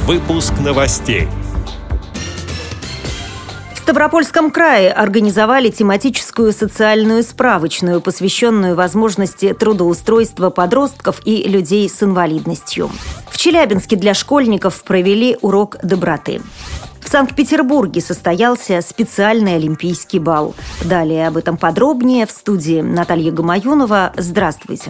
Выпуск новостей. В Ставропольском крае организовали тематическую социальную справочную, посвященную возможности трудоустройства подростков и людей с инвалидностью. В Челябинске для школьников провели урок доброты. В Санкт-Петербурге состоялся специальный олимпийский бал. Далее об этом подробнее в студии Наталья Гамаюнова. Здравствуйте.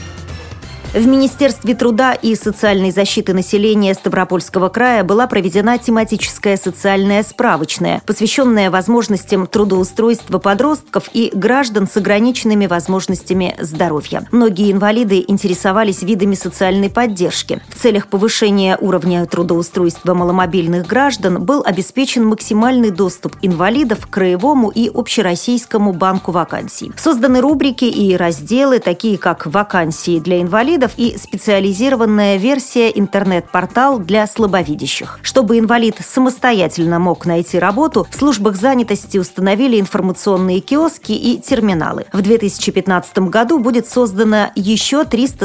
В Министерстве труда и социальной защиты населения Ставропольского края была проведена тематическая социальная справочная, посвященная возможностям трудоустройства подростков и граждан с ограниченными возможностями здоровья. Многие инвалиды интересовались видами социальной поддержки. В целях повышения уровня трудоустройства маломобильных граждан был обеспечен максимальный доступ инвалидов к краевому и общероссийскому банку вакансий. Созданы рубрики и разделы, такие как «Вакансии для инвалидов» и специализированная версия интернет-портал для слабовидящих. Чтобы инвалид самостоятельно мог найти работу, в службах занятости установили информационные киоски и терминалы. В 2015 году будет создано еще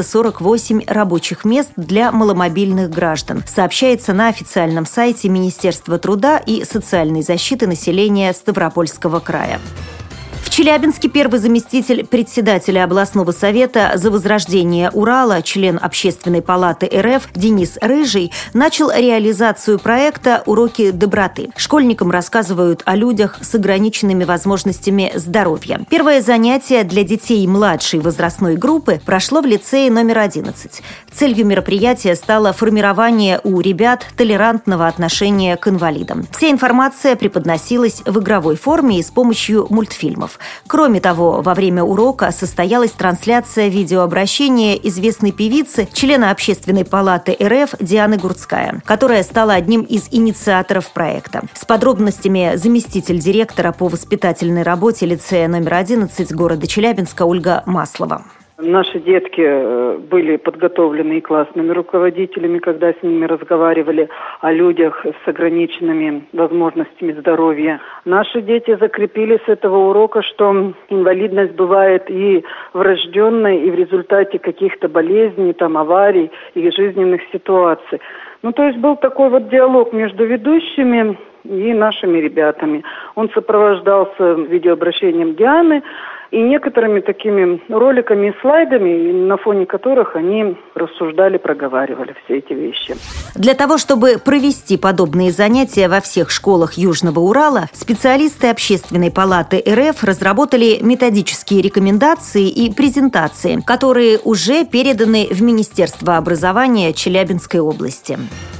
348 рабочих мест для маломобильных граждан, сообщается на официальном сайте Министерства труда и социальной защиты населения Ставропольского края. В Челябинске первый заместитель председателя областного совета «За возрождение Урала», член Общественной палаты РФ Денис Рыжий, начал реализацию проекта «Уроки доброты». Школьникам рассказывают о людях с ограниченными возможностями здоровья. Первое занятие для детей младшей возрастной группы прошло в лицее номер 11. Целью мероприятия стало формирование у ребят толерантного отношения к инвалидам. Вся информация преподносилась в игровой форме и с помощью мультфильмов. Кроме того, во время урока состоялась трансляция видеообращения известной певицы, члена Общественной палаты РФ Дианы Гурцкая, которая стала одним из инициаторов проекта. С подробностями заместитель директора по воспитательной работе лицея номер 11 города Челябинска Ольга Маслова. Наши детки были подготовлены и классными руководителями, когда с ними разговаривали о людях с ограниченными возможностями здоровья. Наши дети закрепили с этого урока, что инвалидность бывает и врожденной, и в результате каких-то болезней, аварий и жизненных ситуаций. То есть был такой диалог между ведущими и нашими ребятами. Он сопровождался видеообращением Дианы и некоторыми такими роликами и слайдами, на фоне которых они рассуждали, проговаривали все эти вещи. Для того, чтобы провести подобные занятия во всех школах Южного Урала, специалисты Общественной палаты РФ разработали методические рекомендации и презентации, которые уже переданы в Министерство образования Челябинской области.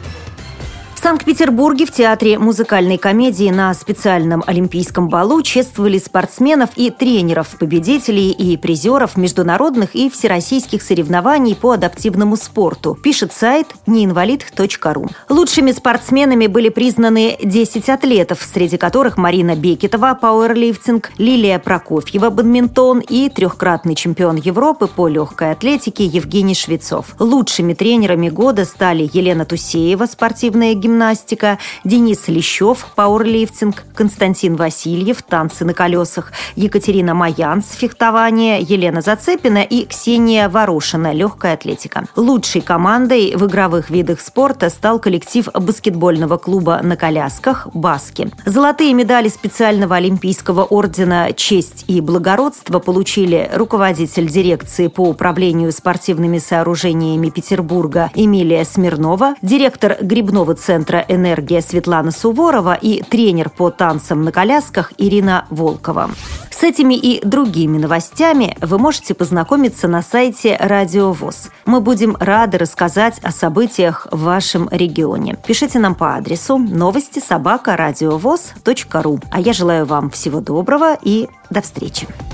В Санкт-Петербурге в Театре музыкальной комедии на специальном олимпийском балу чествовали спортсменов и тренеров, победителей и призеров международных и всероссийских соревнований по адаптивному спорту, пишет сайт неинвалид.ру. Лучшими спортсменами были признаны 10 атлетов, среди которых Марина Бекетова, пауэрлифтинг, Лилия Прокофьева, бадминтон и трехкратный чемпион Европы по легкой атлетике Евгений Швецов. Лучшими тренерами года стали Елена Тусеева, спортивная гимнастика, Денис Лещев, пауэрлифтинг, Константин Васильев, танцы на колесах, Екатерина Маянц, фехтование, Елена Зацепина и Ксения Ворошина, легкая атлетика. Лучшей командой в игровых видах спорта стал коллектив баскетбольного клуба на колясках «Баски». Золотые медали специального олимпийского ордена «Честь и благородство» получили руководитель дирекции по управлению спортивными сооружениями Петербурга Эмилия Смирнова, директор грибного центра «Энергия» Светлана Суворова и тренер по танцам на колясках Ирина Волкова. С этими и другими новостями вы можете познакомиться на сайте Радио ВОС. Мы будем рады рассказать о событиях в вашем регионе. Пишите нам по адресу новости@радиовос.ру. А я желаю вам всего доброго и до встречи.